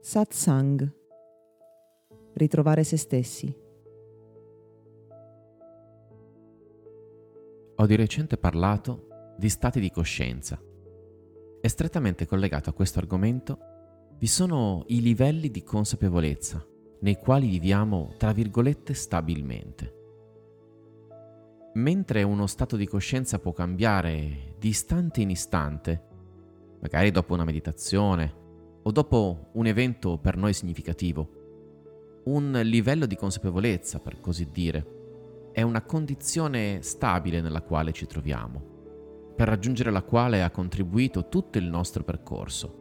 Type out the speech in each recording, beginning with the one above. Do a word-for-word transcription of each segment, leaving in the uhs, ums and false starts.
Satsang. Ritrovare se stessi. Ho di recente parlato di stati di coscienza e strettamente collegato a questo argomento vi sono i livelli di consapevolezza nei quali viviamo, tra virgolette, stabilmente. Mentre uno stato di coscienza può cambiare di istante in istante, magari dopo una meditazione o dopo un evento per noi significativo, un livello di consapevolezza, per così dire, è una condizione stabile nella quale ci troviamo, per raggiungere la quale ha contribuito tutto il nostro percorso.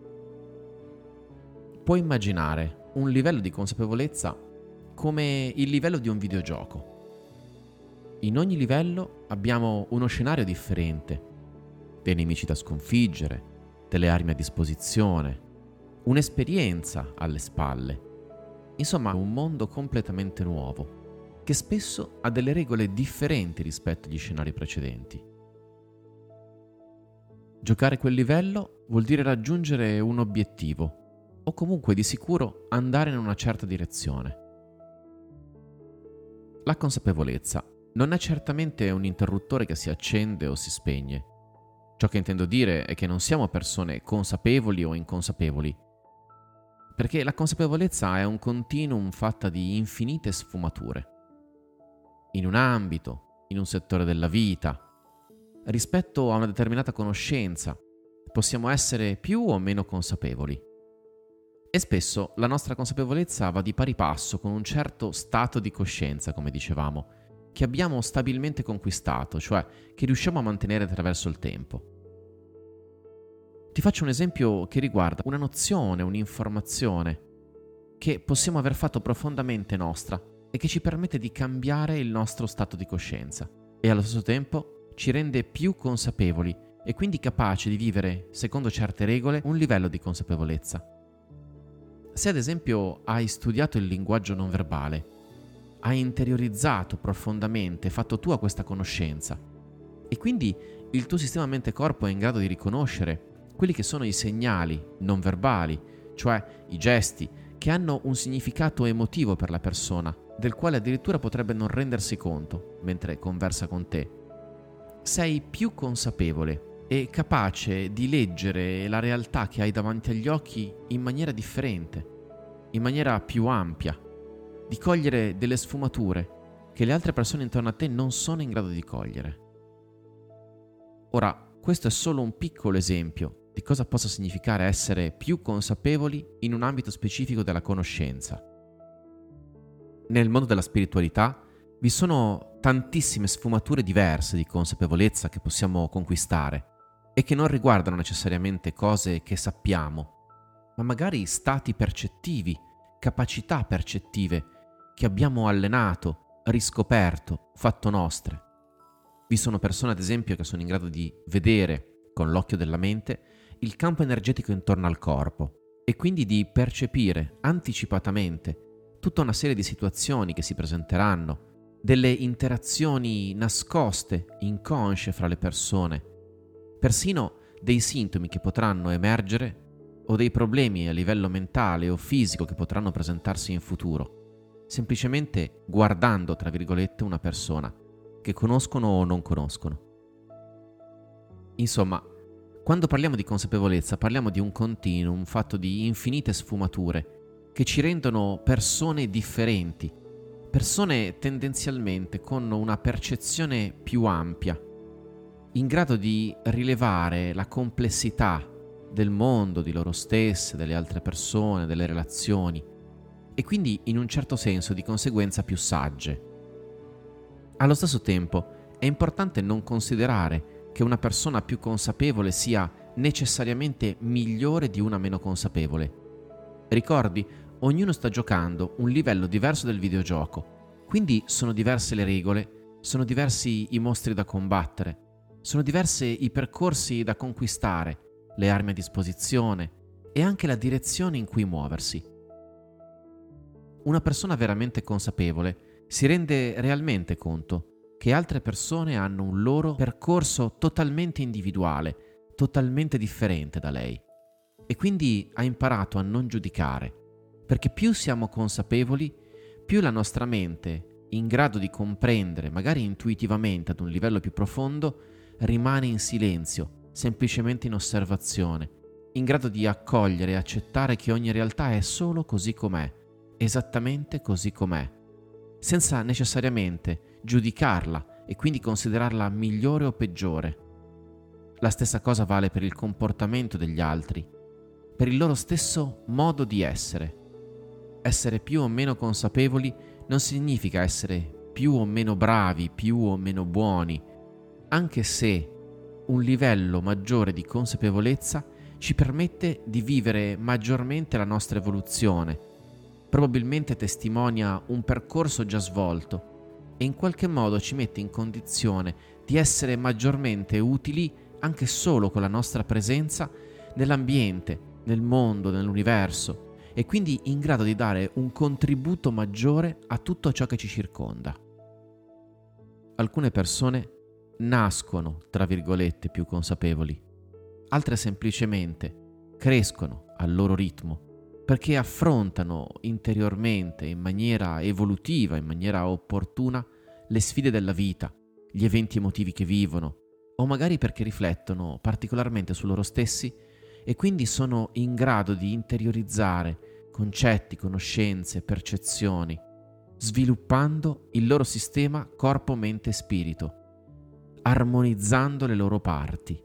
Puoi immaginare un livello di consapevolezza come il livello di un videogioco. In ogni livello abbiamo uno scenario differente, dei nemici da sconfiggere, delle armi a disposizione, un'esperienza alle spalle. Insomma, un mondo completamente nuovo, che spesso ha delle regole differenti rispetto agli scenari precedenti. Giocare quel livello vuol dire raggiungere un obiettivo, o comunque di sicuro andare in una certa direzione. La consapevolezza non è certamente un interruttore che si accende o si spegne. Ciò che intendo dire è che non siamo persone consapevoli o inconsapevoli, perché la consapevolezza è un continuum fatta di infinite sfumature. In un ambito, in un settore della vita, rispetto a una determinata conoscenza, possiamo essere più o meno consapevoli. E spesso la nostra consapevolezza va di pari passo con un certo stato di coscienza, come dicevamo, che abbiamo stabilmente conquistato, cioè che riusciamo a mantenere attraverso il tempo. Ti faccio un esempio che riguarda una nozione, un'informazione che possiamo aver fatto profondamente nostra e che ci permette di cambiare il nostro stato di coscienza e allo stesso tempo ci rende più consapevoli e quindi capaci di vivere, secondo certe regole, un livello di consapevolezza. Se ad esempio hai studiato il linguaggio non verbale, hai interiorizzato profondamente, fatto tua questa conoscenza e quindi il tuo sistema mente-corpo è in grado di riconoscere quelli che sono i segnali non verbali, cioè i gesti che hanno un significato emotivo per la persona, del quale addirittura potrebbe non rendersi conto mentre conversa con te. Sei più consapevole e capace di leggere la realtà che hai davanti agli occhi in maniera differente, in maniera più ampia, di cogliere delle sfumature che le altre persone intorno a te non sono in grado di cogliere. Ora, questo è solo un piccolo esempio di cosa possa significare essere più consapevoli in un ambito specifico della conoscenza. Nel mondo della spiritualità vi sono tantissime sfumature diverse di consapevolezza che possiamo conquistare e che non riguardano necessariamente cose che sappiamo, ma magari stati percettivi, capacità percettive che abbiamo allenato, riscoperto, fatto nostre. Vi sono persone, ad esempio, che sono in grado di vedere con l'occhio della mente il campo energetico intorno al corpo e quindi di percepire anticipatamente tutta una serie di situazioni che si presenteranno, delle interazioni nascoste, inconsce fra le persone, persino dei sintomi che potranno emergere o dei problemi a livello mentale o fisico che potranno presentarsi in futuro, semplicemente guardando, tra virgolette, una persona che conoscono o non conoscono. Insomma, quando parliamo di consapevolezza parliamo di un continuum fatto di infinite sfumature che ci rendono persone differenti, persone tendenzialmente con una percezione più ampia, in grado di rilevare la complessità del mondo, di loro stesse, delle altre persone, delle relazioni e quindi in un certo senso di conseguenza più sagge. Allo stesso tempo è importante non considerare che una persona più consapevole sia necessariamente migliore di una meno consapevole. Ricordi, ognuno sta giocando un livello diverso del videogioco, quindi sono diverse le regole, sono diversi i mostri da combattere, sono diversi i percorsi da conquistare, le armi a disposizione e anche la direzione in cui muoversi. Una persona veramente consapevole si rende realmente conto che altre persone hanno un loro percorso totalmente individuale, totalmente differente da lei, e quindi ha imparato a non giudicare, perché più siamo consapevoli, più la nostra mente, in grado di comprendere, magari intuitivamente ad un livello più profondo, rimane in silenzio, semplicemente in osservazione, in grado di accogliere e accettare che ogni realtà è solo così com'è, esattamente così com'è, senza necessariamente giudicarla e quindi considerarla migliore o peggiore. La stessa cosa vale per il comportamento degli altri, per il loro stesso modo di essere. Essere più o meno consapevoli non significa essere più o meno bravi, più o meno buoni, anche se un livello maggiore di consapevolezza ci permette di vivere maggiormente la nostra evoluzione, probabilmente testimonia un percorso già svolto e in qualche modo ci mette in condizione di essere maggiormente utili anche solo con la nostra presenza nell'ambiente, nel mondo, nell'universo, e quindi in grado di dare un contributo maggiore a tutto ciò che ci circonda. Alcune persone nascono, tra virgolette, più consapevoli, altre semplicemente crescono al loro ritmo perché affrontano interiormente, in maniera evolutiva, in maniera opportuna, le sfide della vita, gli eventi emotivi che vivono, o magari perché riflettono particolarmente su loro stessi e quindi sono in grado di interiorizzare concetti, conoscenze, percezioni, sviluppando il loro sistema corpo, mente e spirito, armonizzando le loro parti.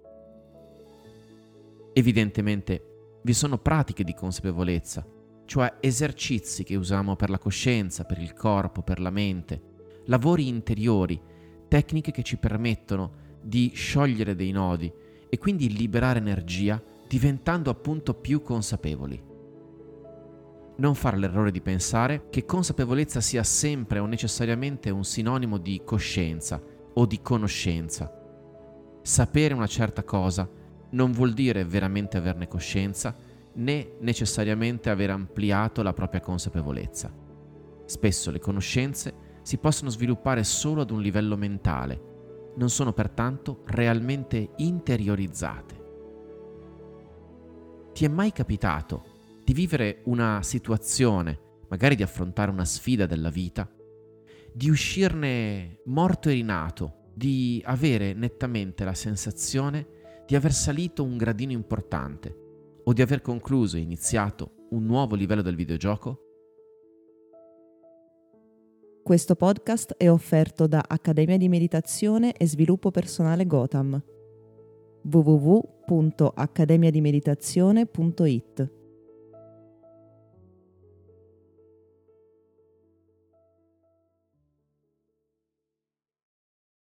Evidentemente vi sono pratiche di consapevolezza, cioè esercizi che usiamo per la coscienza, per il corpo, per la mente, lavori interiori, tecniche che ci permettono di sciogliere dei nodi e quindi liberare energia diventando appunto più consapevoli. Non fare l'errore di pensare che consapevolezza sia sempre o necessariamente un sinonimo di coscienza o di conoscenza. Sapere una certa cosa non vuol dire veramente averne coscienza né necessariamente aver ampliato la propria consapevolezza. Spesso le conoscenze si possono sviluppare solo ad un livello mentale, non sono pertanto realmente interiorizzate. Ti è mai capitato di vivere una situazione, magari di affrontare una sfida della vita, di uscirne morto e rinato, di avere nettamente la sensazione di aver salito un gradino importante o di aver concluso e iniziato un nuovo livello del videogioco? Questo podcast è offerto da Accademia di Meditazione e Sviluppo Personale Gotham. w w w punto accademia di meditazione punto i t